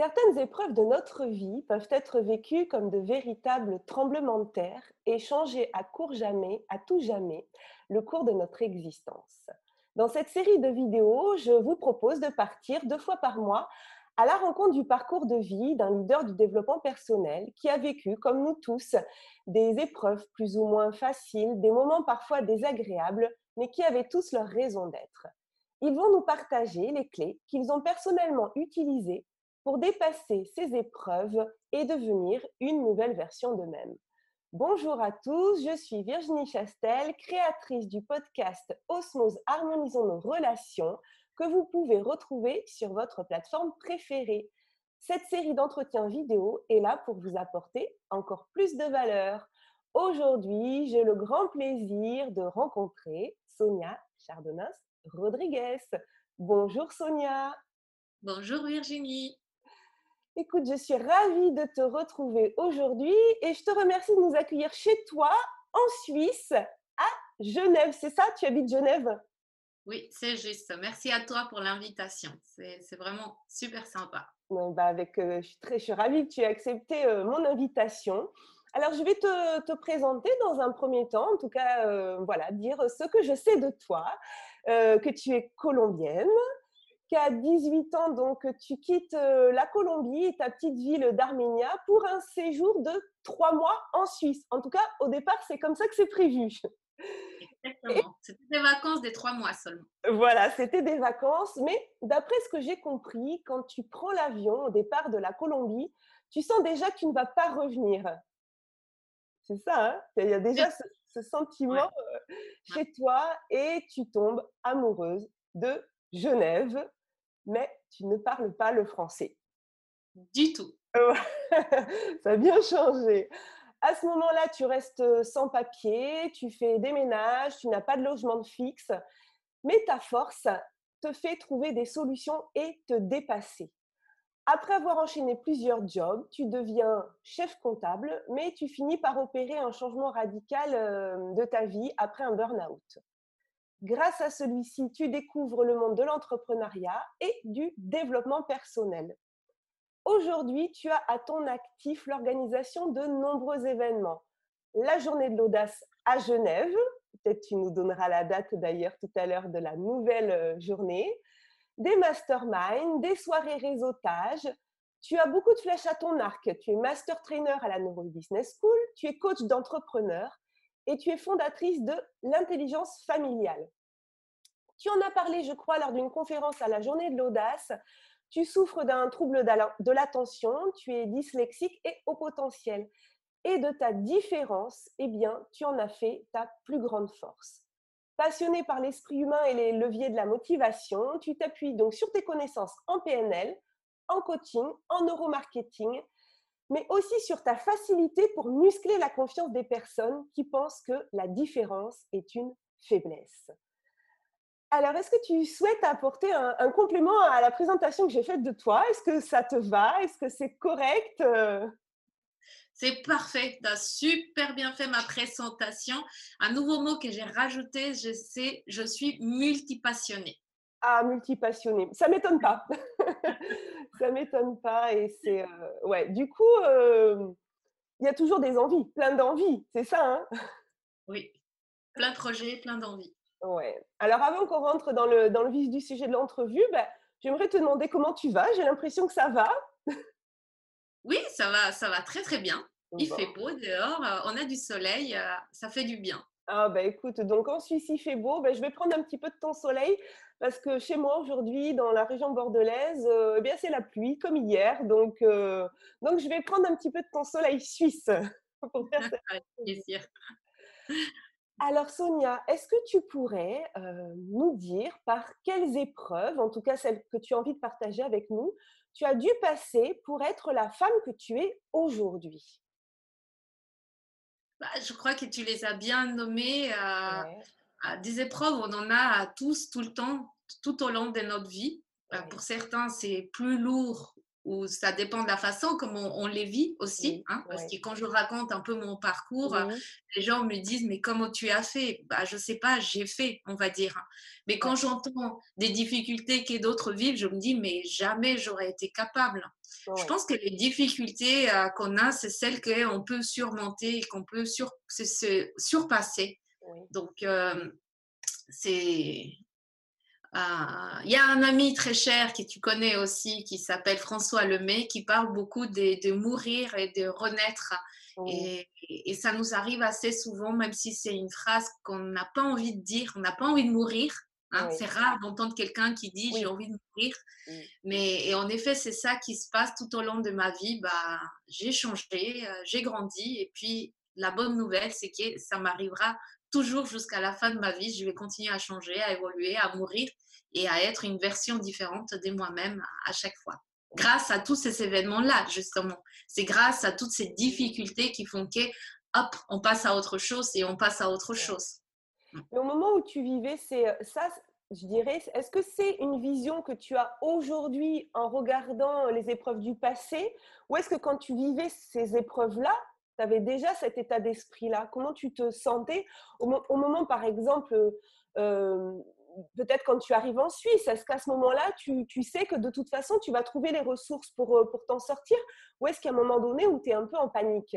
Certaines épreuves de notre vie peuvent être vécues comme de véritables tremblements de terre et changer à tout jamais, le cours de notre existence. Dans cette série de vidéos, je vous propose de partir 2 fois par mois à la rencontre du parcours de vie d'un leader du développement personnel qui a vécu, comme nous tous, des épreuves plus ou moins faciles, des moments parfois désagréables, mais qui avaient tous leur raison d'être. Ils vont nous partager les clés qu'ils ont personnellement utilisées pour dépasser ces épreuves et devenir une nouvelle version d'eux-mêmes. Bonjour à tous, je suis Virginie Chastel, créatrice du podcast Osmose Harmonisons nos relations que vous pouvez retrouver sur votre plateforme préférée. Cette série d'entretiens vidéo est là pour vous apporter encore plus de valeur. Aujourd'hui, j'ai le grand plaisir de rencontrer Sonia Chardonnaz Rodriguez. Bonjour Sonia. Bonjour Virginie. Écoute, je suis ravie de te retrouver aujourd'hui et je te remercie de nous accueillir chez toi, en Suisse, à Genève. C'est ça, tu habites Genève? Oui, c'est juste. Merci à toi pour l'invitation. C'est vraiment super sympa. Bon, bah je suis ravie que tu aies accepté mon invitation. Alors, je vais te présenter dans un premier temps, en tout cas, voilà, dire ce que je sais de toi, que tu es colombienne, qu'à 18 ans, donc, tu quittes la Colombie et ta petite ville d'Arménia pour un séjour de 3 mois en Suisse. En tout cas, au départ, c'est comme ça que c'est prévu. Et Exactement. C'était des vacances des 3 mois seulement. voilà, c'était des vacances. Mais d'après ce que j'ai compris, quand tu prends l'avion au départ de la Colombie, tu sens déjà que tu ne vas pas revenir. C'est ça, hein? Il y a C'est- déjà ce Ouais, sentiment ouais. chez toi et tu tombes amoureuse de Genève, mais tu ne parles pas le français. Du tout. Ouais, ça a bien changé. À ce moment-là, tu restes sans papier, tu fais des ménages, tu n'as pas de logement fixe, mais ta force te fait trouver des solutions et te dépasser. Après avoir enchaîné plusieurs jobs, tu deviens chef comptable, mais tu finis par opérer un changement radical de ta vie après un burn-out. Grâce à celui-ci, tu découvres le monde de l'entrepreneuriat et du développement personnel. Aujourd'hui, tu as à ton actif l'organisation de nombreux événements. La journée de l'audace à Genève, peut-être tu nous donneras la date d'ailleurs tout à l'heure de la nouvelle journée, des masterminds, des soirées réseautage. Tu as beaucoup de flèches à ton arc. Tu es master trainer à la Novo Business School, tu es coach d'entrepreneur et tu es fondatrice de l'intelligence familiale. Tu en as parlé, je crois, lors d'une conférence à la journée de l'audace. Tu souffres d'un trouble de l'attention, tu es dyslexique et au potentiel. Et de ta différence, eh bien, tu en as fait ta plus grande force. Passionné par l'esprit humain et les leviers de la motivation, tu t'appuies donc sur tes connaissances en PNL, en coaching, en neuromarketing, mais aussi sur ta facilité pour muscler la confiance des personnes qui pensent que la différence est une faiblesse. Alors, est-ce que tu souhaites apporter un complément à la présentation que j'ai faite de toi? Est-ce que ça te va? Est-ce que c'est correct? C'est parfait. Tu as super bien fait ma présentation. Un nouveau mot que j'ai rajouté, je suis multipassionnée. Ah, multipassionné. Ça m'étonne pas. Ça m'étonne pas et c'est, ouais, du coup, il y a toujours des envies, plein d'envies, c'est ça, hein? Oui, plein de projets, plein d'envies. Ouais. Alors avant qu'on rentre dans le vif du sujet de l'entrevue, bah, j'aimerais te demander comment tu vas? J'ai l'impression que ça va. Oui, ça va très très bien. Il fait Bon. beau dehors, on a du soleil, ça fait du bien. Ah bah, écoute, donc en Suisse, il fait beau, bah, je vais prendre un petit peu de ton soleil parce que chez moi aujourd'hui, dans la région bordelaise, eh bien, c'est la pluie comme hier, donc je vais prendre un petit peu de ton soleil suisse pour faire cette Avec entrevue. plaisir. Alors Sonia, est-ce que tu pourrais, nous dire par quelles épreuves, en tout cas celles que tu as envie de partager avec nous, tu as dû passer pour être la femme que tu es aujourd'hui? Bah, je crois que tu les as bien nommés. Ouais, Des épreuves, on en a tous, tout le temps, tout au long de notre vie. Pour ouais, certains, c'est plus lourd ou ça dépend de la façon comme on les vit aussi, Oui, hein, parce ouais, que quand je raconte un peu mon parcours, oui, les gens me disent: «Mais comment tu as fait?» Bah, je sais pas, j'ai fait, on va dire, hein. Mais ouais, quand j'entends des difficultés que d'autres vivent, je me dis: «Mais jamais j'aurais été capable». Je ouais, pense que les difficultés, qu'on a, c'est celles qu'on peut surmonter et qu'on peut se surpasser. oui, Donc c'est il y a un ami très cher que tu connais aussi qui s'appelle François Lemay qui parle beaucoup de mourir et de renaître. oui, Et ça nous arrive assez souvent, même si c'est une phrase qu'on n'a pas envie de dire, on n'a pas envie de mourir. Hein. oui, C'est rare d'entendre quelqu'un qui dit j'ai oui, envie de mourir. mmh, Mais et en effet, c'est ça qui se passe tout au long de ma vie. Bah, j'ai changé, j'ai grandi. Et puis, la bonne nouvelle, c'est que ça m'arrivera toujours jusqu'à la fin de ma vie. Je vais continuer à changer, à évoluer, à mourir et à être une version différente de moi-même à chaque fois. Grâce à tous ces événements-là, justement. C'est grâce à toutes ces difficultés qui font que, hop, on passe à autre chose et on passe à autre ouais. chose. Mais au moment où tu vivais, c'est, ça, je dirais, est-ce que c'est une vision que tu as aujourd'hui en regardant les épreuves du passé? Ou est-ce que quand tu vivais ces épreuves-là, tu avais déjà cet état d'esprit-là? Comment tu te sentais au moment, par exemple, peut-être quand tu arrives en Suisse, est-ce qu'à ce moment-là, tu sais que de toute façon, tu vas trouver les ressources pour t'en sortir? Ou est-ce qu'à un moment donné où tu es un peu en panique?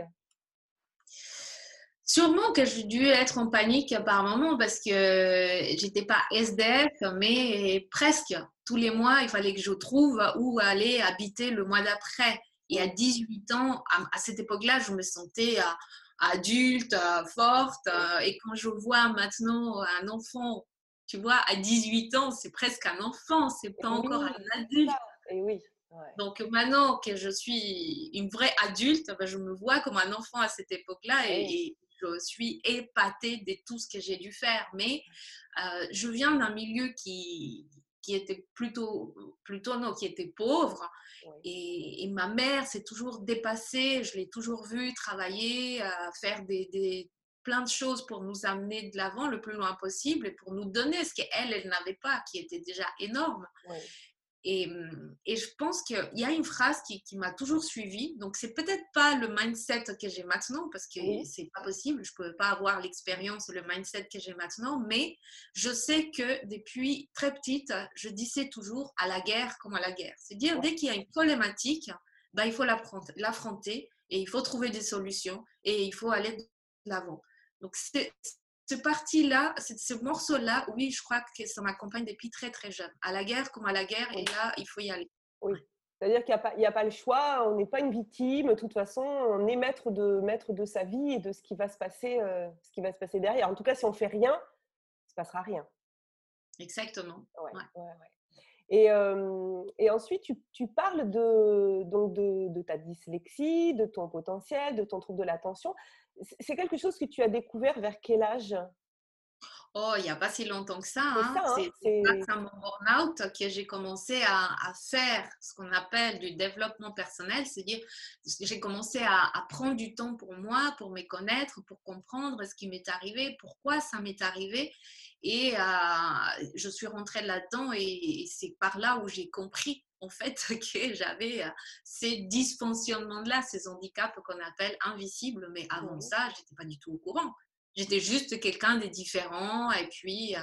Sûrement que j'ai dû être en panique par moment parce que j'étais pas SDF, mais presque. Tous les mois, il fallait que je trouve où aller habiter le mois d'après. Et à Oui, 18 ans, à cette époque-là, je me sentais adulte, forte. oui, Et quand je vois maintenant un enfant, tu vois, à 18 ans, c'est presque un enfant, c'est pas encore oui, un c'est ça. adulte. Et oui, ouais, Donc maintenant que je suis une vraie adulte, ben, je me vois comme un enfant à cette époque-là et oui, et je suis épatée de tout ce que j'ai dû faire. Mais je viens d'un milieu qui était plutôt non, qui était pauvre. oui, Et ma mère s'est toujours dépassée, je l'ai toujours vue travailler, faire plein de choses pour nous amener de l'avant le plus loin possible et pour nous donner ce qu'elle, elle n'avait pas, qui était déjà énorme. oui, Et je pense qu'il y a une phrase qui m'a toujours suivie. Donc, c'est peut-être pas le mindset que j'ai maintenant, parce que oui. c'est pas possible. Je peux pas avoir l'expérience, le mindset que j'ai maintenant. Mais je sais que depuis très petite, je disais toujours à la guerre comme à la guerre. C'est-à-dire, Ouais, dès qu'il y a une problématique, ben, il faut l'affronter et il faut trouver des solutions et il faut aller de l'avant. Donc, c'est ce parti-là, ce morceau-là, oui, je crois que ça m'accompagne depuis très très jeune. À la guerre comme à la guerre, et oui, là, il faut y aller. oui. Ouais. C'est-à-dire qu'il y a pas le choix, on n'est pas une victime. De toute façon, on est maître de sa vie et de ce qui va se passer derrière. En tout cas, si on fait rien, il se passera rien. Exactement. Ouais, Ouais. ouais, ouais. Et ensuite, tu parles de ta dyslexie, de ton potentiel, de ton trouble de l'attention. C'est quelque chose que tu as découvert vers quel âge? Oh, il n'y a pas si longtemps que ça, C'est ça, hein. hein? C'est grâce à mon burn-out que j'ai commencé à faire ce qu'on appelle du développement personnel, c'est-à-dire j'ai commencé à prendre du temps pour moi, pour me connaître, pour comprendre ce qui m'est arrivé, pourquoi ça m'est arrivé. Et je suis rentrée là-dedans et c'est par là où j'ai compris en fait que j'avais ces dysfonctionnements-là, ces handicaps qu'on appelle invisibles. Mais avant Oui, ça, je n'étais pas du tout au courant. J'étais juste quelqu'un de différent et puis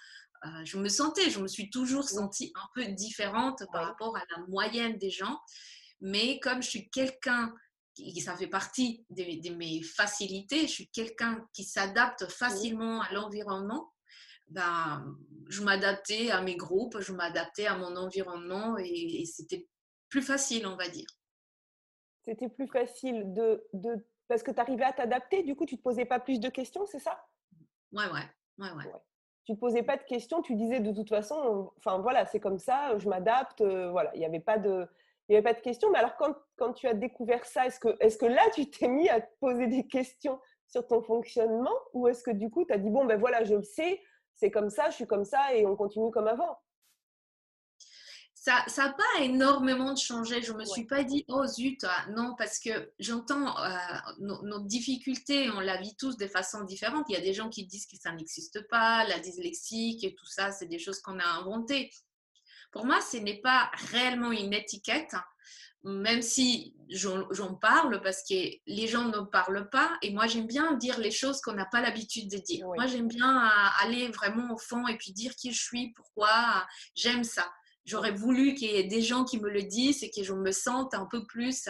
je me suis toujours oui, sentie un peu différente par oui, rapport à la moyenne des gens. Mais comme je suis quelqu'un qui ça fait partie de mes facilités, je suis quelqu'un qui s'adapte oui. facilement à l'environnement, ben, je m'adaptais à mes groupes, je m'adaptais à mon environnement et c'était plus facile, on va dire. C'était plus facile parce que tu arrivais à t'adapter, du coup, tu te posais pas plus de questions, c'est ça? Ouais, ouais, ouais, ouais. Ouais. Tu te posais pas de questions, tu disais de toute façon, enfin voilà, c'est comme ça, je m'adapte, voilà, il y avait pas de questions. Mais alors quand tu as découvert ça, est-ce que là, tu t'es mis à te poser des questions sur ton fonctionnement? Ou est-ce que du coup, tu as dit: «Bon, ben voilà, je le sais, c'est comme ça, je suis comme ça et on continue comme avant»? Ça n'a pas énormément changé. Je ne me Ouais, suis pas dit, oh zut, non, parce que j'entends nos difficultés, on la vit tous de façon différente. Il y a des gens qui disent que ça n'existe pas, la dyslexie, et tout ça, c'est des choses qu'on a inventées. Pour moi, ce n'est pas réellement une étiquette. même si j'en parle parce que les gens ne parlent pas et moi j'aime bien dire les choses qu'on n'a pas l'habitude de dire. Oui, Moi j'aime bien aller vraiment au fond et puis dire qui je suis, pourquoi, j'aime ça. oui, J'aurais voulu qu'il y ait des gens qui me le disent et que je me sente un peu plus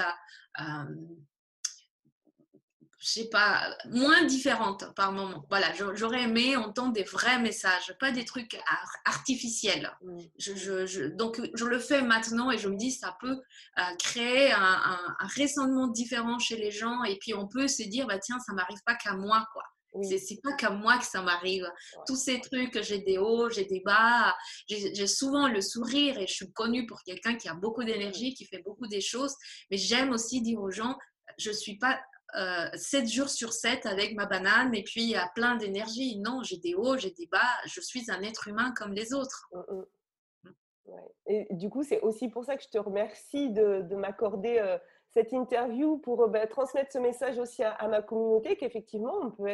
je sais pas, moins différente par moment. Voilà, j'aurais aimé entendre des vrais messages, pas des trucs artificiels. mmh, Donc, je le fais maintenant et je me dis, ça peut créer un raisonnement différent chez les gens et puis on peut se dire, bah, tiens, ça m'arrive pas qu'à moi, quoi. oui, C'est pas qu'à moi que ça m'arrive. ouais, Tous ces trucs, j'ai des hauts, j'ai des bas, j'ai souvent le sourire et je suis connue pour quelqu'un qui a beaucoup mmh. d'énergie, qui fait beaucoup des choses, mais j'aime aussi dire aux gens, je suis pas 7 jours sur 7 avec ma banane et puis il y a plein d'énergie. Non, j'ai des hauts, j'ai des bas, je suis un être humain comme les autres. Mmh mh. Ouais et du coup, c'est aussi pour ça que je te remercie de m'accorder, cette interview pour, bah, transmettre ce message aussi à ma communauté qu'effectivement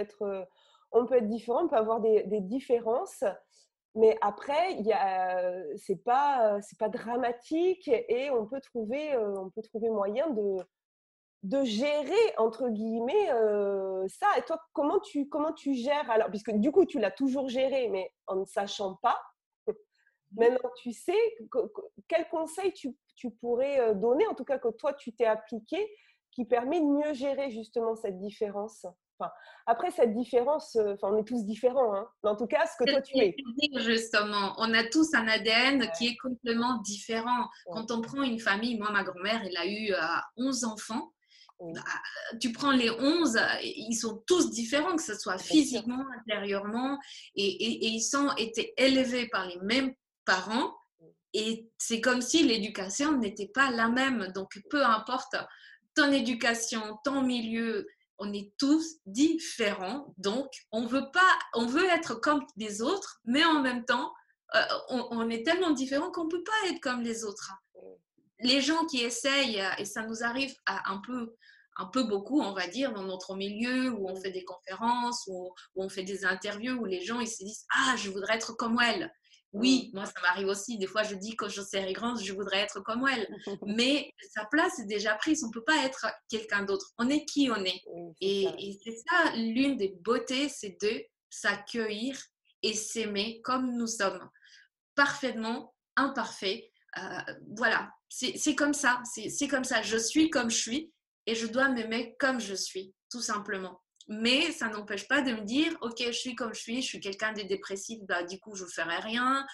on peut être différent, on peut avoir des différences, mais après il y a, c'est pas dramatique et on peut trouver moyen de «gérer» entre guillemets, ça et toi comment tu gères alors? Puisque du coup tu l'as toujours géré mais en ne sachant pas. Maintenant, tu sais, quel conseil tu pourrais donner, en tout cas que toi tu t'es appliqué, qui permet de mieux gérer justement cette différence? Enfin, après cette différence, enfin, on est tous différents, hein, mais en tout cas, ce que C'est ce toi que tu j'allais es. dire justement. On a tous un ADN qui Ouais, est complètement différent. ouais, Quand on prend une famille, moi, ma grand-mère, elle a eu 11 enfants. Bah, oui, tu prends les 11, ils sont tous différents, que ce soit bien sûr. physiquement, intérieurement, et ils ont été élevés par les mêmes parents. Et c'est comme si l'éducation n'était pas la même. Donc, peu importe ton éducation, ton milieu, on est tous différents. Donc, on veut être comme les autres, mais en même temps, on est tellement différents qu'on ne peut pas être comme les autres. Oui, Les gens qui essayent, et ça nous arrive un peu beaucoup, on va dire, dans notre milieu, où on oui, fait des conférences, où on fait des interviews, où les gens ils se disent ah, je voudrais être comme elle. mmh. Oui, moi ça m'arrive aussi. Des fois, je dis quand je serai grande, je voudrais être comme elle. Mais sa place est déjà prise. On ne peut pas être quelqu'un d'autre. On est qui on est. Oui, c'est ça. Et c'est ça, l'une des beautés, c'est de s'accueillir et s'aimer comme nous sommes, parfaitement imparfaits. Voilà, c'est comme ça, c'est comme ça. Je suis comme je suis et je dois m'aimer comme je suis, tout simplement. Mais ça n'empêche pas de me dire, ok, je suis quelqu'un de dépressif, bah, du coup, je ne ferai rien.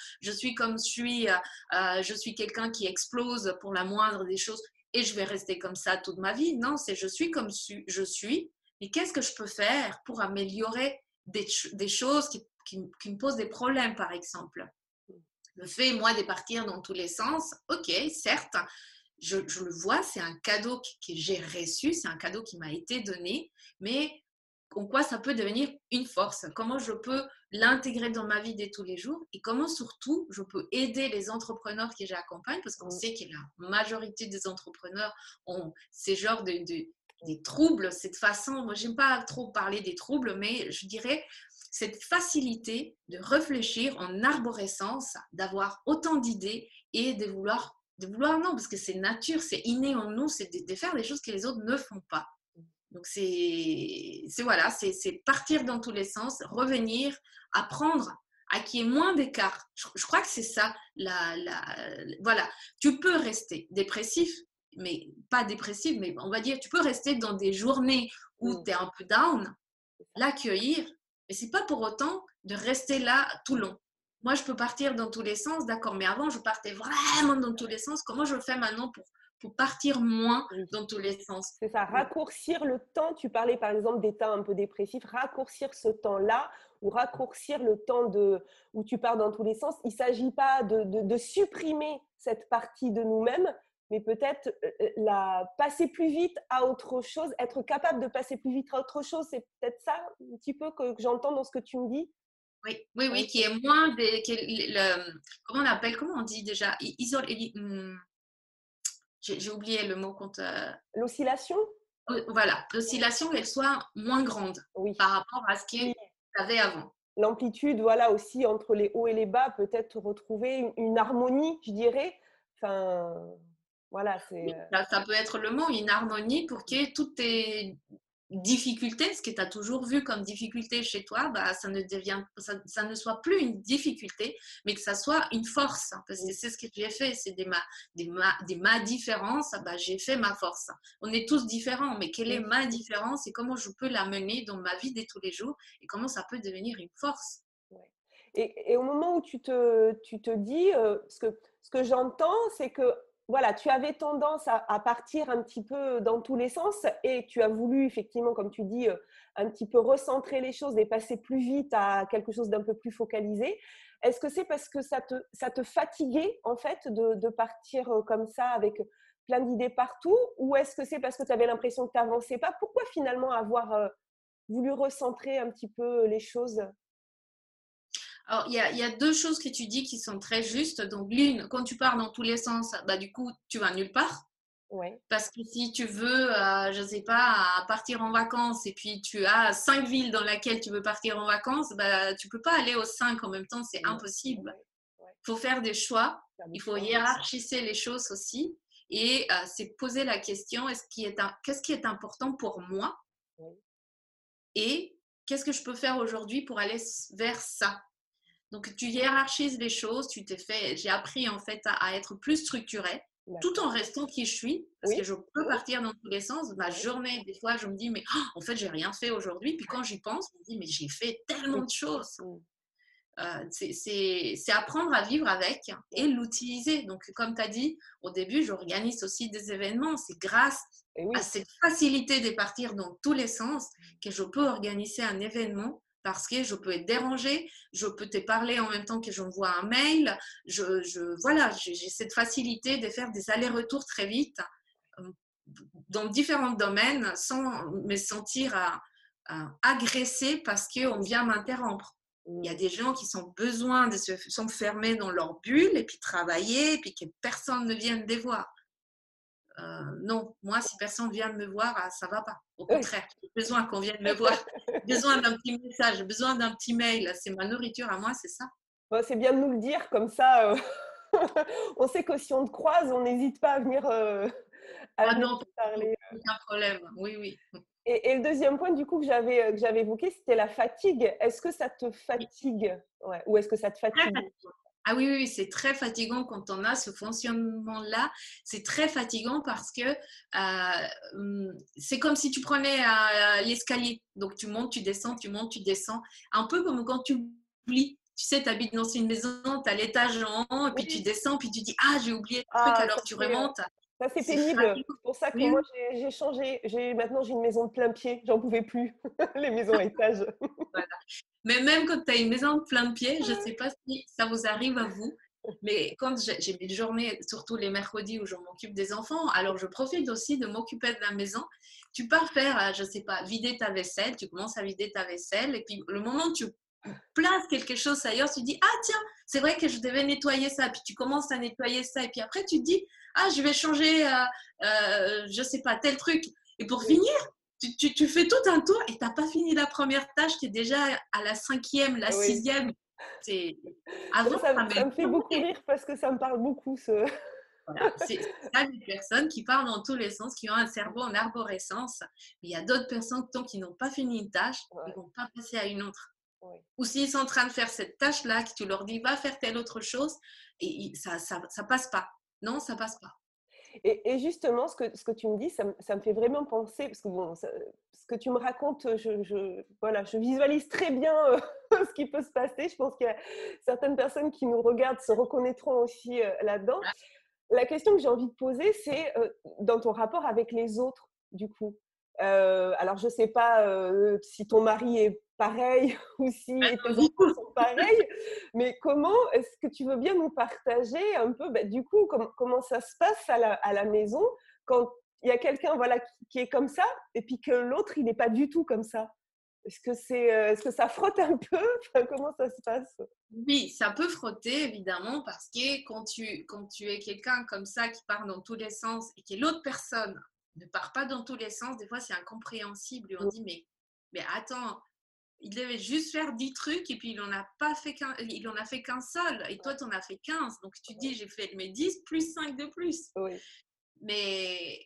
Je suis quelqu'un qui explose pour la moindre des choses et je vais rester comme ça toute ma vie. Non, c'est je suis comme je suis. Mais qu'est-ce que je peux faire pour améliorer des choses qui me posent des problèmes, par exemple? Le fait, moi, de partir dans tous les sens, ok, certes, je le vois, c'est un cadeau que j'ai reçu, c'est un cadeau qui m'a été donné, mais en quoi ça peut devenir une force? Comment je peux l'intégrer dans ma vie de tous les jours et comment surtout je peux aider les entrepreneurs que j'accompagne parce qu'on Mmh, sait que la majorité des entrepreneurs ont ces genres des troubles, cette façon, moi j'aime pas trop parler des troubles, mais je dirais cette facilité de réfléchir en arborescence, d'avoir autant d'idées et de vouloir non, parce que c'est nature, c'est inné en nous, c'est de faire des choses que les autres ne font pas. Donc c'est voilà, c'est partir dans tous les sens, revenir, apprendre à qu'il y ait moins d'écart. Je crois que c'est ça. Voilà, tu peux rester dépressif, mais pas dépressif, mais on va dire, tu peux rester dans des journées où mmh, tu es un peu down, c'est ça. l'accueillir, mais c'est pas pour autant de rester là tout long. Moi, je peux partir dans tous les sens, d'accord, mais avant, je partais vraiment dans tous les sens. Comment je fais maintenant pour partir moins Oui. dans tous les sens? C'est ça, raccourcir le temps. Tu parlais par exemple d'état un peu dépressif, raccourcir ce temps-là ou raccourcir le temps où tu pars dans tous les sens. Il ne s'agit pas de supprimer cette partie de nous-mêmes, mais peut-être passer plus vite à autre chose, être capable de passer plus vite à autre chose. C'est peut-être ça un petit peu que j'entends dans ce que tu me dis. Oui, oui, oui, Ok. qui est moins comment on appelle, comment on dit déjà? J'ai oublié le mot quand, L'oscillation? voilà, l'oscillation, qu'elle soit moins grande Oui, par rapport à ce oui. qu'il y avait avant. L'amplitude, voilà, aussi entre les hauts et les bas, peut-être retrouver une harmonie, je dirais. Enfin, Voilà, c'est… Ça peut être le mot, une harmonie pour que toutes tes difficultés, ce que tu as toujours vu comme difficulté chez toi, bah, ça ne soit plus une difficulté, mais que ça soit une force. Parce que c'est ce que j'ai fait, c'est ma différence, bah, j'ai fait ma force. On est tous différents, mais quelle est ma différence et comment je peux la mener dans ma vie de tous les jours et comment ça peut devenir une force. Ouais. Et au moment où tu te dis, ce que j'entends, c'est que voilà, tu avais tendance à partir un petit peu dans tous les sens et tu as voulu effectivement, comme tu dis, un petit peu recentrer les choses et passer plus vite à quelque chose d'un peu plus focalisé. Est-ce que c'est parce que ça te fatiguait en fait de partir comme ça avec plein d'idées partout, ou est-ce que c'est parce que tu avais l'impression que tu n'avançais pas? Pourquoi finalement avoir voulu recentrer un petit peu les choses? Alors, il y a deux choses que tu dis qui sont très justes. Donc, l'une, quand tu pars dans tous les sens, bah, du coup, tu vas nulle part. Ouais. Parce que si tu veux, je ne sais pas, partir en vacances et puis tu as 5 villes dans lesquelles tu veux partir en vacances, bah, tu ne peux pas aller aux 5 en même temps, c'est Non. impossible. Ouais, ouais. Il faut faire des choix, Faire du il faut choix. hiérarchiser les choses aussi. Et c'est poser la question, qu'est-ce qui est important pour moi Oui. et qu'est-ce que je peux faire aujourd'hui pour aller vers ça. Donc, tu hiérarchises les choses, j'ai appris en fait à être plus structurée, tout en D'accord. restant qui je suis, parce Oui. que je peux partir dans tous les sens. Ma Ouais. journée, des fois, je me dis, mais en fait, j'ai rien fait aujourd'hui. Puis quand j'y pense, je me dis, mais j'ai fait tellement Oui. de choses. Mmh. C'est apprendre à vivre avec et Ouais. l'utiliser. Donc, comme tu as dit, au début, j'organise aussi des événements. C'est grâce Et à oui. cette facilité de partir dans tous les sens que je peux organiser un événement parce que je peux être dérangée, je peux te parler en même temps que j'envoie un mail. Voilà, j'ai cette facilité de faire des allers-retours très vite euh, dans différents domaines sans me sentir agressée parce qu'on vient m'interrompre. Il y a Mmh. des gens qui ont besoin de s'enfermer dans leur bulle et puis travailler et puis que personne ne vienne les voir. Non, moi, si personne vient me voir, ça va pas. Au Oui. contraire, j'ai besoin qu'on vienne me voir. J'ai besoin d'un petit message, j'ai besoin d'un petit mail. C'est ma nourriture à moi, c'est ça. Bah, c'est bien de nous le dire comme ça, on sait que si on te croise, on n'hésite pas à Ah venir non, te parler. aucun problème. Oui, oui. Et le deuxième point du coup que j'avais évoqué, c'était la fatigue. Est-ce que ça te Oui, fatigue? Ouais, ou est-ce que ça te très fatigue? fatigant. Ah oui, oui, oui, c'est très fatigant quand on a ce fonctionnement-là. C'est très fatigant parce que c'est comme si tu prenais l'escalier. Donc tu montes, tu descends, tu montes, tu descends. Un peu comme quand tu oublies. Tu sais, tu habites dans une maison, tu as l'étage en haut, et puis tu Oui. descends, puis tu dis, ah, j'ai oublié le truc, Ah, alors tu remontes. ça c'est C'est pénible. fatigant. C'est pour ça que Oui, moi oui. j'ai changé. Maintenant j'ai une maison de plein pied, j'en pouvais plus. Les maisons à étages. Voilà. Mais même quand tu as une maison de plein de pieds, je ne sais pas si ça vous arrive à vous, mais quand j'ai mes journées, surtout les mercredis où je m'occupe des enfants, alors je profite aussi de m'occuper de la maison. Tu pars faire, je ne sais pas, vider ta vaisselle, tu commences à vider ta vaisselle, et puis le moment où tu places quelque chose ailleurs, tu dis, ah tiens, c'est vrai que je devais nettoyer ça, puis tu commences à nettoyer ça, et puis après tu te dis, ah, je vais changer, je ne sais pas, tel truc. Et pour Oui. finir, tu fais tout un tour et tu n'as pas fini la première tâche qui est déjà à la cinquième, la Oui. sixième. C'est… Ouais, Avant, ça ça me fait beaucoup rire parce que ça me parle beaucoup ce… voilà, c'est ça les personnes qui parlent dans tous les sens, qui ont un cerveau en arborescence. Mais il y a d'autres personnes tant qu'ils n'ont pas fini une tâche, ils ne Ouais, vont pas passer à une autre. ouais. Ou s'ils sont en train de faire cette tâche-là, que tu leur dis va faire telle autre chose, et ça passe pas. Non, ça passe pas. Et justement, ce que tu me dis, ça me fait vraiment penser, parce que bon, ce que tu me racontes, voilà, je visualise très bien ce qui peut se passer. Je pense qu'il y a certaines personnes qui nous regardent se reconnaîtront aussi là-dedans. La question que j'ai envie de poser, c'est dans ton rapport avec les autres, du coup. Alors, je ne sais pas si ton mari est pareil ou si tes enfants sont pareils, mais comment est-ce que tu veux bien nous partager un peu, bah, du coup, comment ça se passe à la maison quand il y a quelqu'un voilà, qui est comme ça et puis que l'autre, il n'est pas du tout comme ça? Est-ce que ça frotte un peu? Enfin, comment ça se passe? Oui, ça peut frotter, évidemment, parce que quand tu es quelqu'un comme ça qui part dans tous les sens et que l'autre personne ne part pas dans tous les sens, des fois c'est incompréhensible. Et on dit, mais attends, il devait juste faire 10 trucs et puis il en a fait qu'un seul. Et toi, tu en as fait 15. Donc tu dis, j'ai fait mes 10 plus 5 de plus. Oui, Mais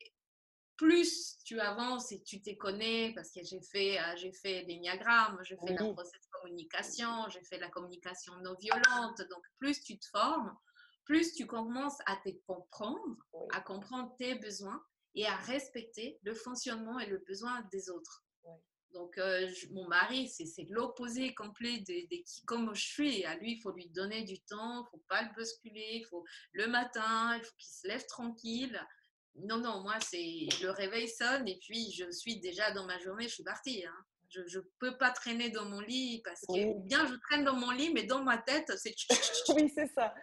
plus tu avances et tu te connais, parce que j'ai fait l'énéagramme, j'ai fait la Oui, process communication, j'ai fait la communication non violente. Donc, plus tu te formes, plus tu commences à te comprendre, oui, à comprendre tes besoins et à respecter le fonctionnement et le besoin des autres. oui. Donc, mon mari, c'est l'opposé complet comme je suis. À lui, il faut lui donner du temps, il ne faut pas le bousculer, le matin, il faut qu'il se lève tranquille. Non, non, moi, c'est le réveil sonne et puis je suis déjà dans ma journée, je suis partie. Hein. Je ne peux pas traîner dans mon lit parce que, Oui, ou bien je traîne dans mon lit, mais dans ma tête, c'est oui, c'est ça.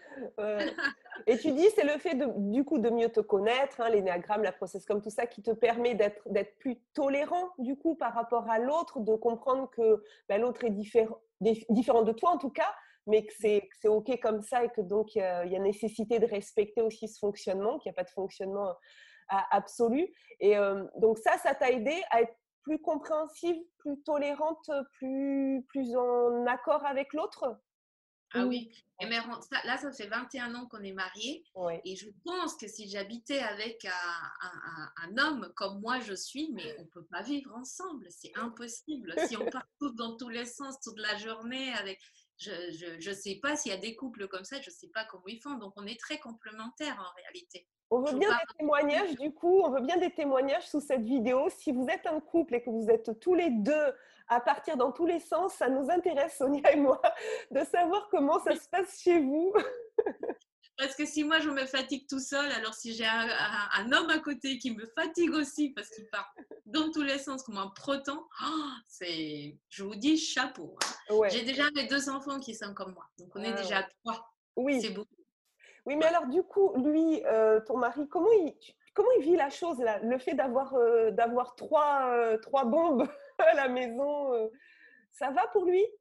Et tu dis, c'est le fait du coup de mieux te connaître, hein, l'énéagramme, la process comme tout ça, qui te permet d'être plus tolérant du coup par rapport à l'autre, de comprendre que ben, l'autre est différent de toi en tout cas, mais que c'est OK comme ça et que donc il y a nécessité de respecter aussi ce fonctionnement, qu'il n'y a pas de fonctionnement absolu. Et donc ça t'a aidé à être plus compréhensive, plus tolérante, plus en accord avec l'autre. Ah Ou oui, et mais là, ça fait 21 ans qu'on est mariés ouais. et je pense que si j'habitais avec un homme comme moi je suis, mais on ne peut pas vivre ensemble, c'est impossible. Si on part tous dans tous les sens toute la journée avec... Je sais pas s'il y a des couples comme ça, je sais pas comment ils font, donc on est très complémentaires en réalité. On veut Je veux bien pas... des témoignages, du coup, on veut bien des témoignages sous cette vidéo. Si vous êtes un couple et que vous êtes tous les deux à partir dans tous les sens, ça nous intéresse, Sonia et moi, de savoir comment ça se passe chez vous. Parce que si moi je me fatigue tout seul, alors si j'ai un homme à côté qui me fatigue aussi parce qu'il part dans tous les sens comme un proton, oh, je vous dis chapeau. Hein. Ouais. J'ai déjà mes 2 enfants qui sont comme moi, donc on est Ah, déjà ouais. à 3. Oui, C'est beaucoup. oui, mais Ouais. alors du coup, lui, ton mari, comment il vit la chose là, le fait d'avoir trois bombes à la maison, ça va pour lui?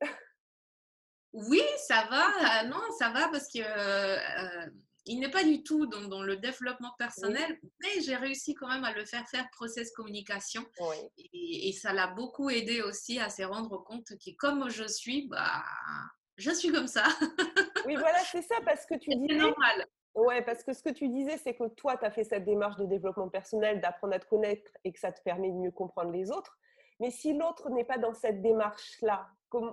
Oui, ça va. Non, ça va parce que il n'est pas du tout dans le développement Oui, personnel, mais j'ai réussi quand même à le faire faire process communication oui. et ça l'a beaucoup aidé aussi à se rendre compte que comme je suis, bah, je suis comme ça. Oui, voilà, c'est ça, parce que tu Et c'est disais, normal. ouais, parce que ce que tu disais, c'est que toi, tu as fait cette démarche de développement personnel, d'apprendre à te connaître et que ça te permet de mieux comprendre les autres. Mais si l'autre n'est pas dans cette démarche-là,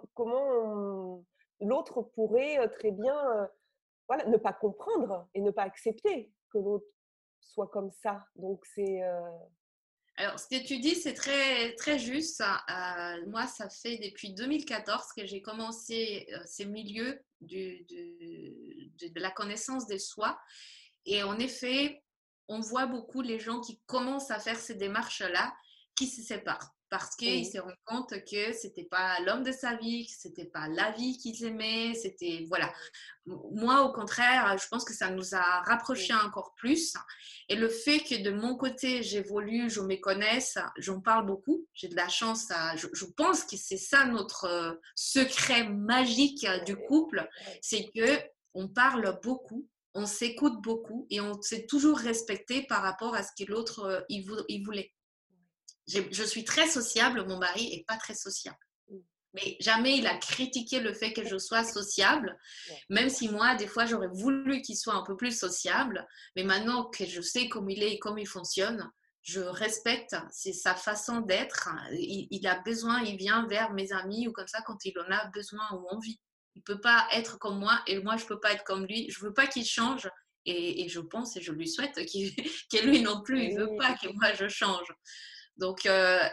l'autre pourrait très bien voilà, ne pas comprendre et ne pas accepter que l'autre soit comme ça. Donc, c'est… Alors, ce que tu dis, c'est très, très juste. Moi, ça fait depuis 2014 que j'ai commencé ces milieux de la connaissance de soi. Et en effet, on voit beaucoup les gens qui commencent à faire ces démarches-là qui se séparent parce qu'ils oui, se rendent compte que c'était pas l'homme de sa vie, que c'était pas la vie qu'ils aimaient, c'était voilà. Moi, au contraire, je pense que ça nous a rapprochés oui, encore plus. Et le fait que de mon côté, j'évolue, je me connaisse, j'en parle beaucoup. J'ai de la chance. Je pense que c'est ça notre secret magique du oui, couple, oui, c'est que on parle beaucoup, on s'écoute beaucoup et on s'est toujours respecté par rapport à ce que l'autre il voulait. Je suis très sociable, mon mari est pas très sociable. oui, Mais jamais il a critiqué le fait que je sois sociable, oui, même si moi, des fois, j'aurais voulu qu'il soit un peu plus sociable. Mais maintenant que je sais comment il est et comment il fonctionne, je respecte c'est sa façon d'être. Il a besoin, il vient vers mes amis ou comme ça quand il en a besoin ou envie. Il peut pas être comme moi et moi, je peux pas être comme lui. Je veux pas qu'il change et je pense et je lui souhaite que lui non plus, il veut oui. pas que moi je change. Donc,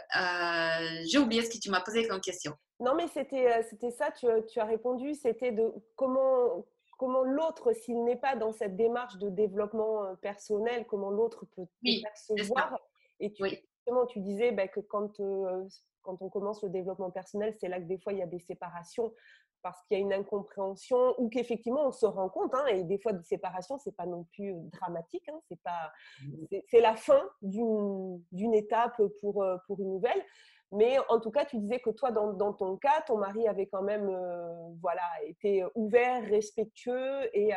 j'ai oublié ce que tu m'as posé comme question. Non, mais c'était ça, tu as répondu, c'était de comment l'autre, s'il n'est pas dans cette démarche de développement personnel, comment l'autre peut te Oui, c'est ça. percevoir. Et Oui, justement, tu disais bah, que quand on commence le développement personnel, c'est là que des fois, il y a des séparations parce qu'il y a une incompréhension ou qu'effectivement, on se rend compte, hein, et des fois, des séparations, c'est pas non plus dramatique, hein, c'est la fin d'une étape pour une nouvelle. Mais en tout cas, tu disais que toi, dans ton cas, ton mari avait quand même voilà, été ouvert, respectueux et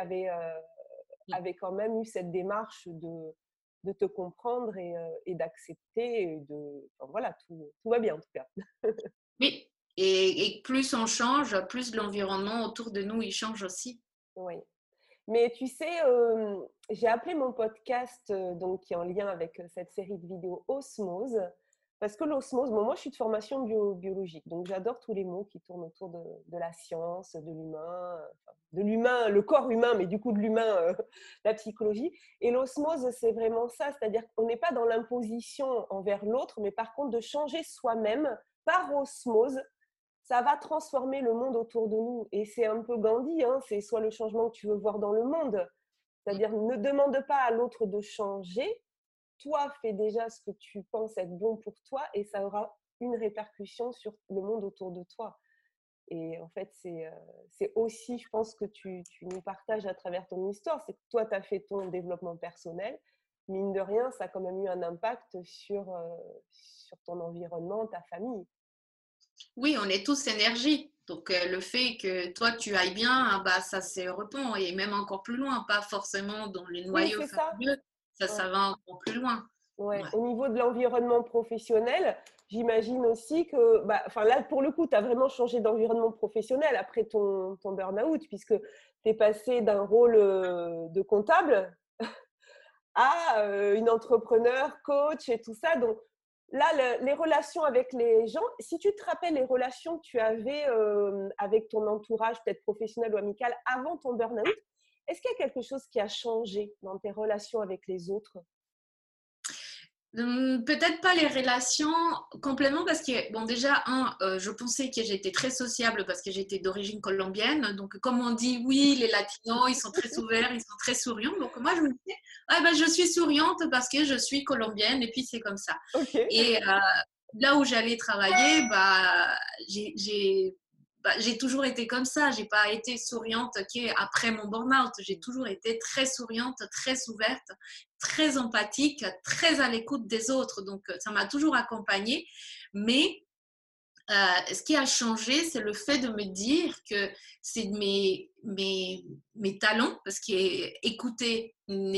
avait quand même eu cette démarche de te comprendre et d'accepter. Enfin, voilà, tout va bien en tout cas. oui. Et plus on change, plus l'environnement autour de nous il change aussi. Oui. Mais tu sais, j'ai appelé mon podcast, donc qui est en lien avec cette série de vidéos Osmose, parce que l'osmose, bon, moi je suis de formation biologique, donc j'adore tous les mots qui tournent autour de la science, de l'humain, le corps humain, mais du coup de l'humain, la psychologie. Et l'osmose, c'est vraiment ça, c'est-à-dire qu'on n'est pas dans l'imposition envers l'autre, mais par contre de changer soi-même par osmose, ça va transformer le monde autour de nous. Et c'est un peu Gandhi, hein, c'est soit le changement que tu veux voir dans le monde, c'est-à-dire ne demande pas à l'autre de changer, toi fais déjà ce que tu penses être bon pour toi et ça aura une répercussion sur le monde autour de toi. Et en fait, c'est aussi, je pense, que tu nous partages à travers ton histoire, c'est que toi, tu as fait ton développement personnel, mine de rien, ça a quand même eu un impact sur ton environnement, ta famille. Oui, on est tous énergie. Donc, le fait que toi, tu ailles bien, ah bah, ça se répand et même encore plus loin, pas forcément dans les Oui, noyaux c'est ça. familiaux, Ouais. ça va encore plus loin. Ouais. Ouais. Au niveau de l'environnement professionnel, j'imagine aussi que, bah, là, pour le coup, tu as vraiment changé d'environnement professionnel après ton burn-out, puisque tu es passé d'un rôle de comptable à une entrepreneur, coach et tout ça. Donc là, les relations avec les gens, si tu te rappelles les relations que tu avais avec ton entourage, peut-être professionnel ou amical, avant ton burn-out, est-ce qu'il y a quelque chose qui a changé dans tes relations avec les autres? Peut-être pas les relations complètement parce que, bon, déjà, je pensais que j'étais très sociable parce que j'étais d'origine colombienne. Donc, comme on dit, oui, les latinos, ils sont très ouverts, ils sont très souriants. Donc, moi, je me disais, ah, ben, je suis souriante parce que je suis colombienne et puis c'est comme ça. Ok. Et là où j'allais travailler, j'ai j'ai toujours été comme ça. J'ai pas été souriante après mon burn-out. J'ai toujours été très souriante, très ouverte, très empathique, très à l'écoute des autres. Donc, ça m'a toujours accompagnée. Mais ce qui a changé, c'est le fait de me dire que c'est mes talents, parce qu'écouter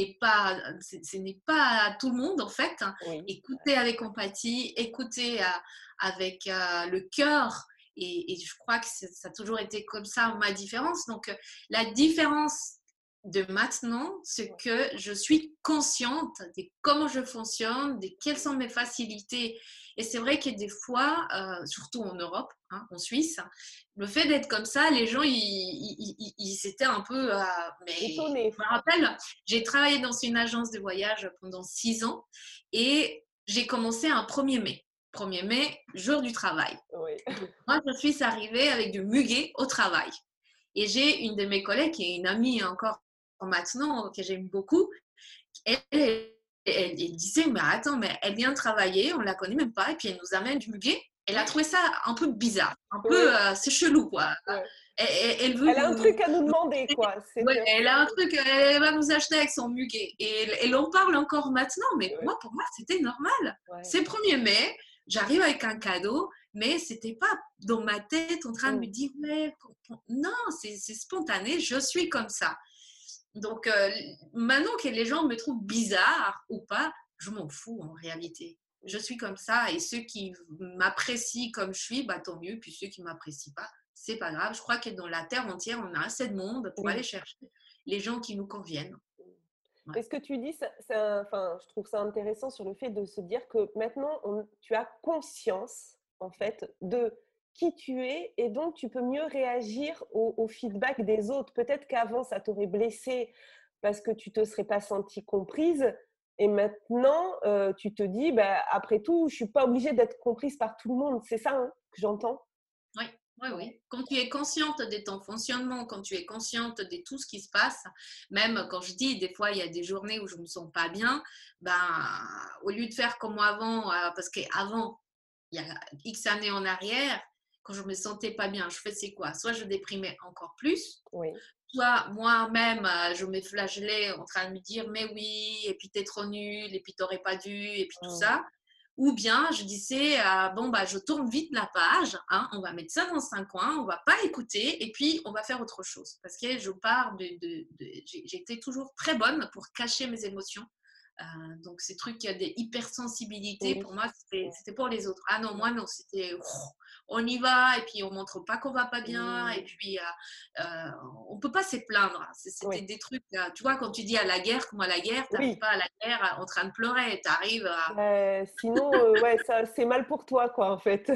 ce n'est pas à tout le monde en fait. Oui. Écouter avec empathie, écouter avec le cœur. Et je crois que ça a toujours été comme ça ma différence. Donc, la différence de maintenant, c'est que je suis consciente de comment je fonctionne, de quelles sont mes facilités. Et c'est vrai que des fois, surtout en Europe, hein, en Suisse, le fait d'être comme ça, les gens, ils étaient un peu... mais Étonnée. je me rappelle, j'ai travaillé dans une agence de voyage pendant 6 ans et j'ai commencé un 1er mai. 1er mai, jour du travail. Oui. Donc, moi, je suis arrivée avec du muguet au travail. Et j'ai une de mes collègues, qui est une amie encore maintenant, que j'aime beaucoup, elle disait, mais attends, mais elle vient travailler, on la connaît même pas, et puis elle nous amène du muguet. Elle a trouvé ça un peu bizarre, un peu, Oui. c'est chelou, quoi. Ouais. Elle veut Elle a un truc nous... à nous demander, quoi. Ouais, C'était... elle a un truc, elle va nous acheter avec son muguet. Et elle en parle encore maintenant, mais Ouais. moi, pour moi, c'était normal. Ouais. C'est 1er mai, j'arrive avec un cadeau, mais c'était pas dans ma tête en train de me Mm. dire, ouais, non, c'est spontané, je suis comme ça. Donc, maintenant que les gens me trouvent bizarre ou pas, je m'en fous en réalité. Je suis comme ça et ceux qui m'apprécient comme je suis, bah, tant mieux. Puis ceux qui ne m'apprécient pas, c'est pas grave. Je crois que dans la terre entière, on a assez de monde pour aller Oui. chercher les gens qui nous conviennent. Ouais. Mais ce que tu dis, enfin, je trouve ça intéressant sur le fait de se dire que maintenant, tu as conscience, en fait, de qui tu es et donc tu peux mieux réagir au feedback des autres. Peut-être qu'avant, ça t'aurait blessé parce que tu ne te serais pas sentie comprise. Et maintenant, tu te dis, bah, après tout, je ne suis pas obligée d'être comprise par tout le monde. C'est ça, hein, que j'entends. Oui, oui, Ouais. oui. Quand tu es consciente de ton fonctionnement, quand tu es consciente de tout ce qui se passe, même quand je dis, des fois, il y a des journées où je ne me sens pas bien, ben, au lieu de faire comme avant, parce qu'avant, il y a X années en arrière, quand je me sentais pas bien, je faisais quoi? Soit je déprimais encore plus, Oui. soit moi-même, je me flagellais en train de me dire, mais oui, et puis t'es trop nul, et puis t'aurais pas dû, et puis tout Mm. ça. Ou bien je disais, bon, bah, je tourne vite la page, hein, on va mettre ça dans un coin, on va pas écouter, et puis on va faire autre chose. Parce que je pars j'étais toujours très bonne pour cacher mes émotions. Donc, ces trucs, il y a des hypersensibilités, Oui. pour moi, c'était pour les autres. Ah non, moi, non, c'était on y va, et puis on montre pas qu'on va pas bien, et Oui. puis on peut pas se plaindre. C'était Oui. des trucs, tu vois, quand tu dis à la guerre, comme à la guerre, t'arrives Oui. pas à la guerre en train de pleurer, t'arrives à… Sinon, ouais, ça, c'est mal pour toi, quoi, en fait.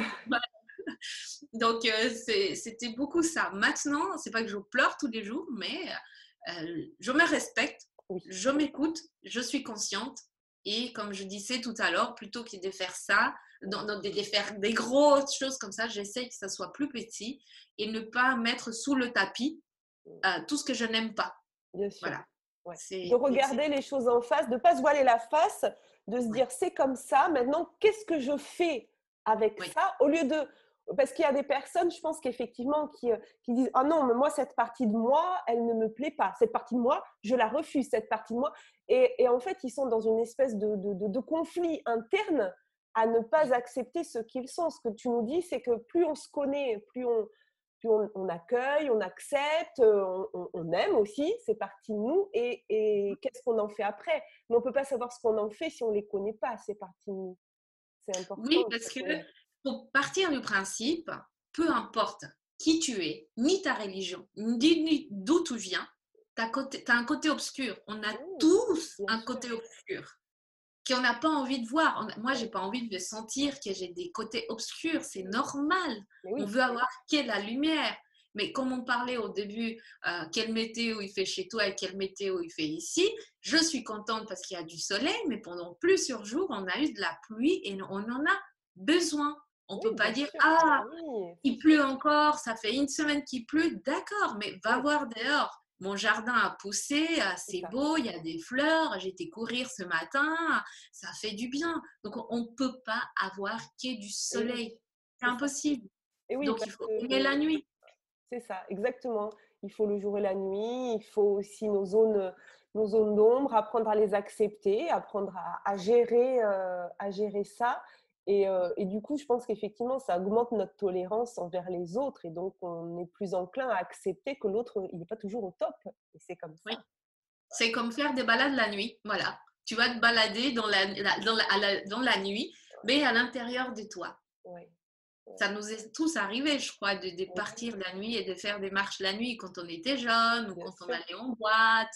Donc, c'était beaucoup ça. Maintenant, c'est pas que je pleure tous les jours, mais je me respecte, Oui. je m'écoute, je suis consciente. Et comme je disais tout à l'heure, plutôt que de faire ça, de faire des grosses choses comme ça, j'essaie que ça soit plus petit et ne pas mettre sous le tapis tout ce que je n'aime pas. Bien sûr. Voilà. Ouais. De C'est, regarder les choses en face, de ne pas se voiler la face, de se ouais, dire c'est comme ça, maintenant qu'est-ce que je fais avec ouais, ça au lieu de… Parce qu'il y a des personnes, je pense qu'effectivement, qui disent ah non, mais moi, cette partie de moi, elle ne me plaît pas. Cette partie de moi, je la refuse, cette partie de moi. Et en fait, ils sont dans une espèce de conflit interne à ne pas ouais. accepter ce qu'ils sont. Ce que tu nous dis, c'est que plus on se connaît, plus on accueille, on accepte, on aime aussi, c'est partie de nous, et qu'est-ce qu'on en fait après? Mais on ne peut pas savoir ce qu'on en fait si on ne les connaît pas, c'est partie de nous. C'est Oui, important de parce se que connaître. pour partir du principe, peu importe qui tu es, ni ta religion, ni d'où tu viens, tu as un côté obscur. On a Oui, tous bien un sûr. côté obscur qu'on n'a pas envie de voir. Moi, j'ai Ouais. pas envie de sentir que j'ai des côtés obscurs. C'est normal. Mais On oui, veut avoir que la lumière. Mais comme on parlait au début, quelle météo il fait chez toi et quelle météo il fait ici, je suis contente parce qu'il y a du soleil, mais pendant plusieurs jours, on a eu de la pluie et on en a besoin. On ne oui, peut pas bien dire, sûr. Ah ah, oui, c'est il sûr. pleut encore, ça fait une semaine qu'il pleut, d'accord, mais va Oui, voir dehors. Mon jardin a poussé, c'est c'est ça. beau, il y a des fleurs, j'ai été courir ce matin, ça fait du bien. Donc, on ne peut pas avoir que du Et oui, soleil. C'est c'est ça. impossible. Et oui, Donc, il parce faut que aimer la nuit. c'est ça, exactement. Il faut le jour et la nuit, il faut aussi nos zones d'ombre, apprendre à les accepter, apprendre à gérer ça. Et du coup, je pense qu'effectivement, ça augmente notre tolérance envers les autres. Et donc, on est plus enclin à accepter que l'autre, il n'est pas toujours au top. Et c'est comme Oui. ça. C'est comme faire des balades la nuit. Voilà. Tu vas te balader dans la nuit, mais à l'intérieur de toi. Ouais, ouais. Ça nous est tous arrivé, je crois, de Oui, partir la nuit et de faire des marches la nuit quand on était jeune ou bien quand on sûr. allait en boîte.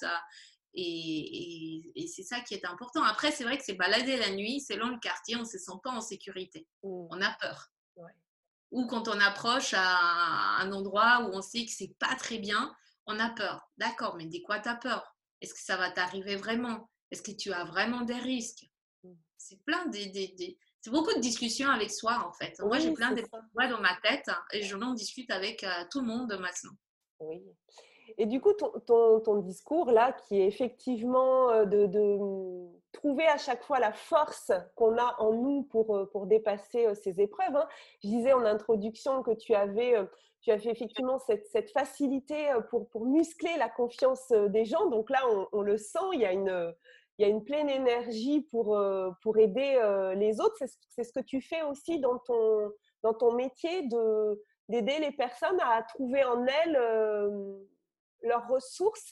Et c'est ça qui est important. Après, c'est vrai que c'est balader la nuit, selon le quartier, on ne se sent pas en sécurité. Mm, On a peur. ouais. Ou quand on approche à un endroit où on sait que c'est pas très bien, on a peur. D'accord, mais de quoi tu as peur? Est-ce que ça va t'arriver vraiment? Est-ce que tu as vraiment des risques? Mm. C'est plein c'est beaucoup de discussions avec soi en fait. Moi, j'ai Oui, plein c'est de ça. voix dans ma tête et je en discute avec tout le monde maintenant. Oui. Et du coup, ton discours là, qui est effectivement trouver à chaque fois la force qu'on a en nous pour dépasser ces épreuves, hein. Je disais en introduction que tu avais effectivement cette facilité pour muscler la confiance des gens. Donc là, on le sent, il y a une pleine énergie pour aider les autres. C'est ce que tu fais aussi dans ton métier d'aider les personnes à trouver en elles leurs ressources.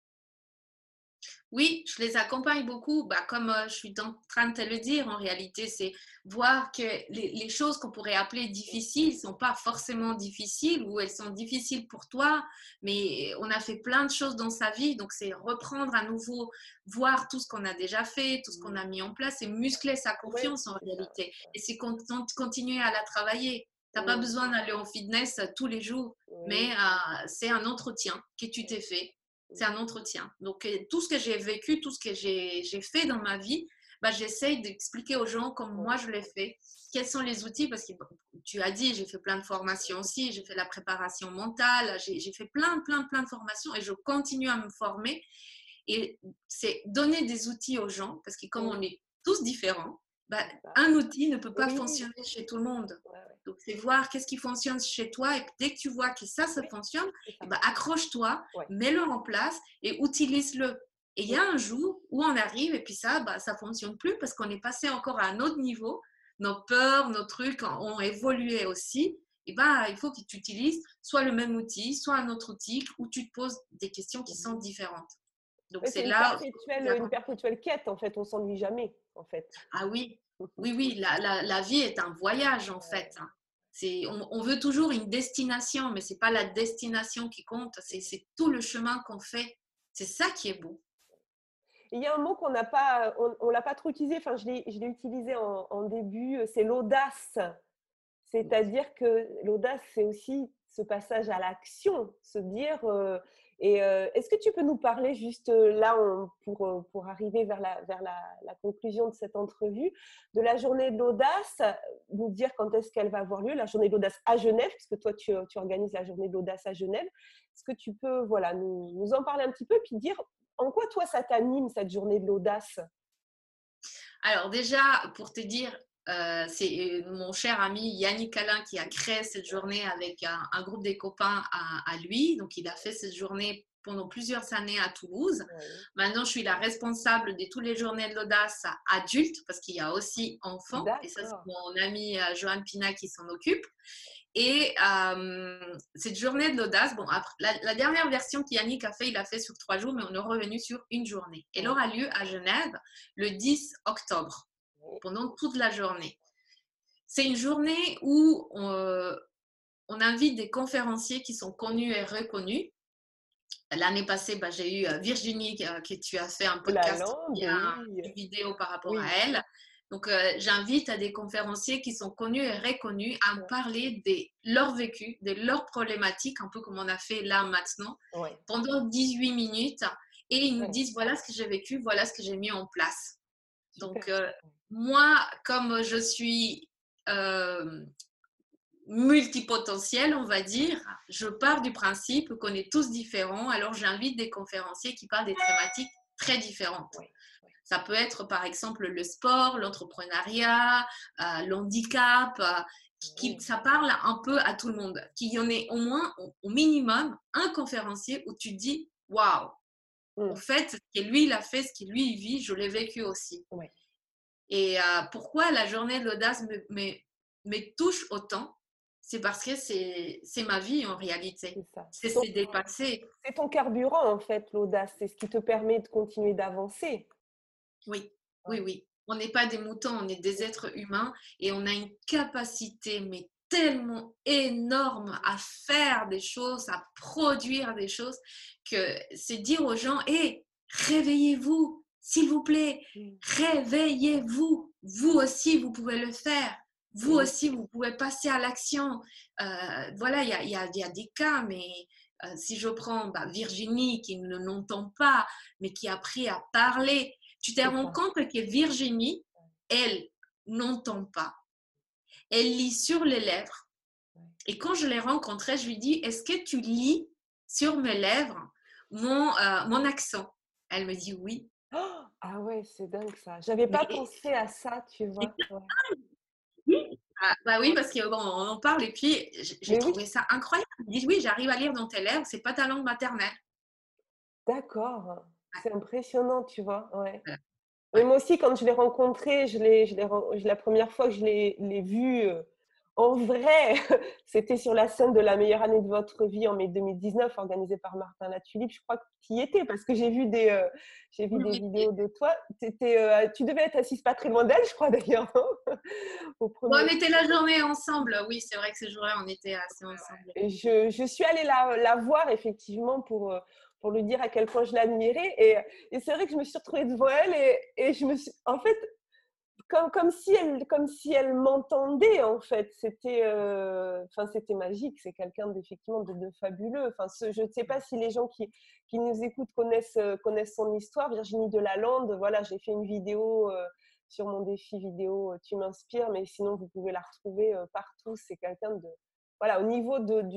Oui, je les accompagne beaucoup. Bah, comme je suis en train de te le dire, en réalité, c'est voir que les choses qu'on pourrait appeler difficiles ne sont pas forcément difficiles ou elles sont difficiles pour toi, mais on a fait plein de choses dans sa vie. Donc, c'est reprendre à nouveau, voir tout ce qu'on a déjà fait, tout ce qu'on a mis en place et muscler sa Oui, confiance en c'est ça. réalité. Et c'est continuer à la travailler. Tu n'as pas Mm, besoin d'aller en fitness tous les jours, mais oui. c'est un entretien que tu t'es fait, c'est un entretien. Donc, tout ce que j'ai vécu, tout ce que j'ai fait dans ma vie, bah, j'essaye d'expliquer aux gens comme Oui, moi je l'ai fait. Quels sont les outils? Parce que tu as dit, j'ai fait plein de formations aussi, j'ai fait la préparation mentale, j'ai fait plein de formations et je continue à me former. Et c'est donner des outils aux gens, parce que comme on oui, est tous différents, bah, c'est ça. un outil ne peut pas Oui, fonctionner chez tout le monde. ouais, ouais. Donc, c'est voir qu'est-ce qui fonctionne chez toi et dès que tu vois que ça Oui, fonctionne, c'est eh ça. ben, accroche-toi, Ouais. mets-le en place et utilise-le. Et il y Mm, a un jour où on arrive et puis ça, bah, ça fonctionne plus parce qu'on est passé encore à un autre niveau. Nos peurs, nos trucs ont évolué aussi. Et ben, il faut que tu utilises soit le même outil, soit un autre outil où tu te poses des questions qui sont mm. différentes. Donc, Ouais, c'est c'est là où une perpétuelle quête, en fait. On s'ennuie jamais, en fait. ah oui, oui, oui, la vie est un voyage en fait, hein. On veut toujours une destination, mais c'est pas la destination qui compte, c'est tout le chemin qu'on fait. C'est ça qui est beau. Il y a un mot qu'on n'a pas, on l'a pas trop utilisé, enfin je l'ai utilisé en début, c'est l'audace. C'est-à-dire que l'audace, c'est aussi ce passage à l'action, se dire, est-ce que tu peux nous parler juste là, pour arriver vers la conclusion de cette entrevue, de la journée de l'audace, nous dire quand est-ce qu'elle va avoir lieu, la journée de l'audace à Genève, puisque toi, tu organises la journée de l'audace à Genève. Est-ce que tu peux voilà, nous en parler un petit peu, puis dire en quoi toi, ça t'anime, cette journée de l'audace? Alors déjà, pour te dire, c'est mon cher ami Yannick Alain qui a créé cette journée avec un groupe des copains à lui. Donc, il a fait cette journée pendant plusieurs années à Toulouse. Oui. Maintenant, je suis la responsable de toutes les journées de l'audace adultes parce qu'il y a aussi enfants. Et ça, c'est D'accord. mon ami Johan Pina qui s'en occupe. Et cette journée de l'audace, bon, après, la dernière version qu'Yannick a fait, il a fait sur 3 jours, mais on est revenu sur une journée. Elle Oui. aura lieu à Genève le 10 octobre, Oui. pendant toute la journée. C'est une journée où on invite des conférenciers qui sont connus et reconnus. L'année passée, bah, j'ai eu Virginie, que tu as fait un La podcast, il y lande, a oui. une vidéo par rapport à Oui. elle. Donc, j'invite à des conférenciers qui sont connus et reconnus à me Ouais. parler de leur vécu, de leurs problématiques, un peu comme on a fait là maintenant, Ouais. pendant 18 minutes. Et ils nous Ouais. disent, voilà ce que j'ai vécu, voilà ce que j'ai mis en place. Super. Donc, moi, comme je suis multipotentiel, on va dire, je pars du principe qu'on est tous différents. Alors, j'invite des conférenciers qui parlent des thématiques très différentes. Ouais. Ouais. Ça peut être, par exemple, le sport, l'entrepreneuriat, l'handicap. Oui. Ça parle un peu à tout le monde. Qu'il y en ait au moins, au minimum, un conférencier où tu te dis, waouh, en Mmh. fait, ce que lui, il a fait, ce que lui, il vit, je l'ai vécu aussi. Ouais. Et pourquoi la journée de l'audace me touche autant? C'est parce que c'est ma vie en réalité. C'est ça. C'est se dépasser. C'est ton carburant, en fait, l'audace. C'est ce qui te permet de continuer d'avancer. Oui, oui, Ouais. oui. On n'est pas des moutons, on est des êtres humains et on a une capacité, mais tellement énorme à faire des choses, à produire des choses, que c'est dire aux gens, hé, réveillez-vous, s'il vous plaît, Mmh. réveillez-vous. Vous aussi, vous pouvez le faire. Vous Oui. aussi, vous pouvez passer à l'action. Voilà, il y a des cas, mais si je prends bah, Virginie qui ne l'entend pas, mais qui a appris à parler, tu te C'est rends ça. compte que Virginie, elle n'entend pas. Elle lit sur les lèvres. Ouais. Et quand je l'ai rencontrée, je lui dis, est-ce que tu lis sur mes lèvres mon accent? Elle me dit oui. Oh! Ah ouais, c'est dingue ça. J'avais pas Mais pensé à ça, tu vois? Ouais. ah, bah oui, parce qu'on on en parle et puis j'ai Mais oui, trouvé ça incroyable. Elle dit oui, j'arrive à lire dans tes lèvres, c'est pas ta langue maternelle. d'accord. Ouais, C'est impressionnant, tu vois? Ouais. voilà, Mais ouais. moi aussi, quand je l'ai rencontré, la première fois que je l'ai vu en vrai, c'était sur la scène de La meilleure année de votre vie en mai 2019, organisée par Martin Latulippe. Je crois que tu y étais parce que j'ai vu Oui, des oui. vidéos de toi. Tu devais être assise pas très loin d'elle, je crois d'ailleurs, non? Au Bon, premier. on était la journée ensemble. Oui, c'est vrai que ce jour-là, on était assez ensemble. Et je suis allée la voir effectivement pour lui dire à quel point je l'admirais. Et c'est vrai que je me suis retrouvée devant elle et je me suis, en fait, comme si elle m'entendait en fait. Enfin, c'était magique. C'est quelqu'un d'effectivement de fabuleux. Enfin, je ne sais pas si les gens qui nous écoutent connaissent son histoire. Virginie Delalande, voilà, j'ai fait une vidéo sur mon défi vidéo Tu m'inspires, mais sinon vous pouvez la retrouver partout. C'est quelqu'un de, voilà, au niveau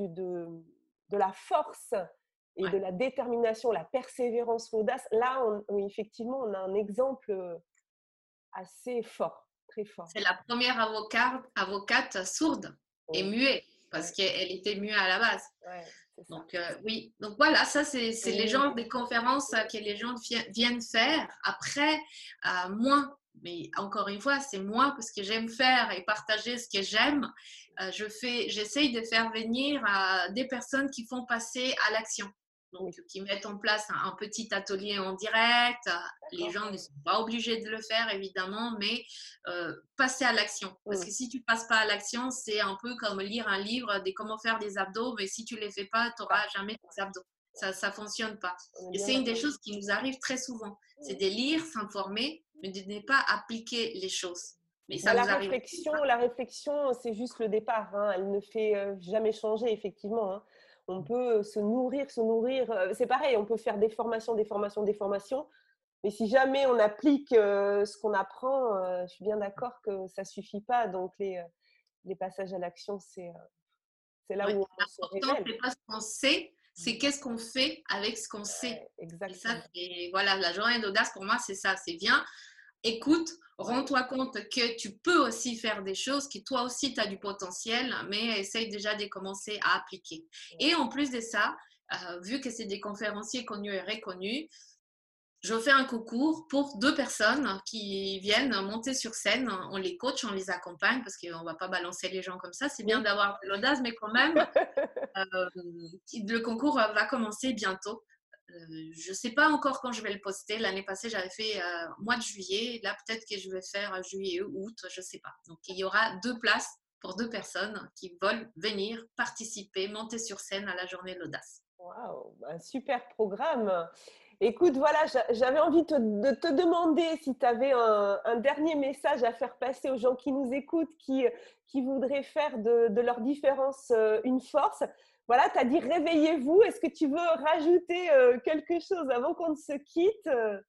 de la force et Ouais. de la détermination, la persévérance, l'audace. Là, effectivement, on a un exemple assez fort, très fort. C'est la première avocate sourde et Oui, muette parce ouais, qu'elle était muette à la base. ouais, c'est ça. Donc, oui. Donc, voilà, ça, c'est les Oui, genres de conférences que les gens viennent faire. Après, moi, mais encore une fois, c'est moi parce que j'aime faire et partager ce que j'aime. J'essaye de faire venir des personnes qui font passer à l'action. Donc, Oui, qui mettent en place un petit atelier en direct. Les d'accord. gens ne sont pas obligés de le faire, évidemment, mais passer à l'action. Parce Mmh. que si tu passes pas à l'action, c'est un peu comme lire un livre des comment faire des abdos, mais si tu les fais pas, tu n'auras jamais tes abdos. Ça fonctionne pas. On est Et bien c'est une des d'accord. choses qui nous arrive très souvent. C'est Mmh. de lire, s'informer, mais de ne pas appliquer les choses. Mais ça Bah, nous arrive. la réflexion, c'est juste le départ, hein. Elle ne fait, jamais changer effectivement, hein. On peut, se nourrir, c'est pareil, on peut faire des formations, des formations, des formations, mais si jamais on applique, ce qu'on apprend, je suis bien d'accord que ça suffit pas. Donc les passages à l'action, c'est là Ouais. où on se L'important, révèle. c'est pas ce qu'on sait, c'est qu'est-ce qu'on fait avec ce qu'on sait. Ouais, Et ça, exactement. c'est, voilà, la journée d'audace, pour moi, c'est ça. C'est bien, écoute, rends-toi compte que tu peux aussi faire des choses, que toi aussi, tu as du potentiel, mais essaye déjà de commencer à appliquer. Et en plus de ça, vu que c'est des conférenciers connus et reconnus, je fais un concours pour 2 personnes qui viennent monter sur scène. On les coach, on les accompagne parce qu'on ne va pas balancer les gens comme ça. C'est bien Oui. d'avoir de l'audace, mais quand même, le concours va commencer bientôt. Je ne sais pas encore quand je vais le poster. L'année passée, j'avais fait mois de juillet. Là, peut-être que je vais faire juillet, août, je ne sais pas. Donc, il y aura 2 places pour 2 personnes qui veulent venir participer, monter sur scène à la journée de l'audace. Waouh, un super programme. Écoute, voilà, j'avais envie de te demander si tu avais un dernier message à faire passer aux gens qui nous écoutent, qui voudraient faire de leur différence une force. Voilà, tu as dit réveillez-vous. Est-ce que tu veux rajouter quelque chose avant qu'on ne se quitte?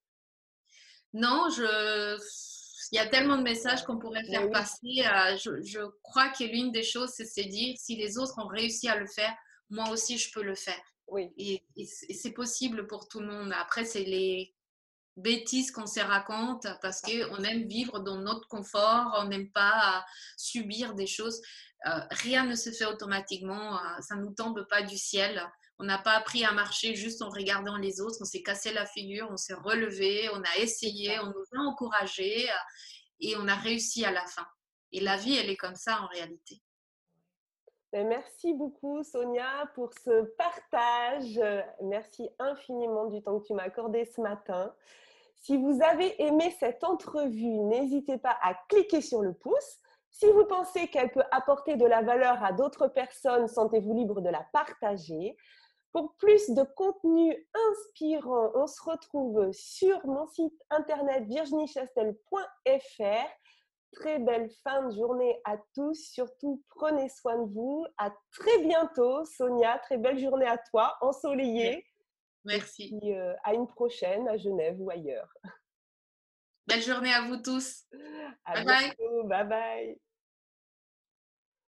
Non, il y a tellement de messages qu'on pourrait Mais faire oui, passer. Je crois que l'une des choses, c'est se dire, si les autres ont réussi à le faire, moi aussi, je peux le faire. oui, Et c'est possible pour tout le monde. Après, c'est les bêtises qu'on se raconte parce qu'on aime vivre dans notre confort, on n'aime pas subir des choses. Rien ne se fait automatiquement, ça ne nous tombe pas du ciel. On n'a pas appris à marcher juste en regardant les autres, on s'est cassé la figure, on s'est relevé, on a c'est essayé, ça. on nous a encouragés et on a réussi à la fin. Et la vie, elle est comme ça en réalité. Ben, merci beaucoup, Sonia, pour ce partage. Merci infiniment du temps que tu m'as accordé ce matin. Si vous avez aimé cette entrevue, n'hésitez pas à cliquer sur le pouce. Si vous pensez qu'elle peut apporter de la valeur à d'autres personnes, sentez-vous libre de la partager. Pour plus de contenu inspirant, on se retrouve sur mon site internet virginiechastel.fr. Très belle fin de journée à tous. Surtout, prenez soin de vous. À très bientôt, Sonia. Très belle journée à toi, ensoleillée. Et Merci. puis, à une prochaine à Genève ou ailleurs. Belle journée à vous tous. À Bye bye. bientôt. Bye bye.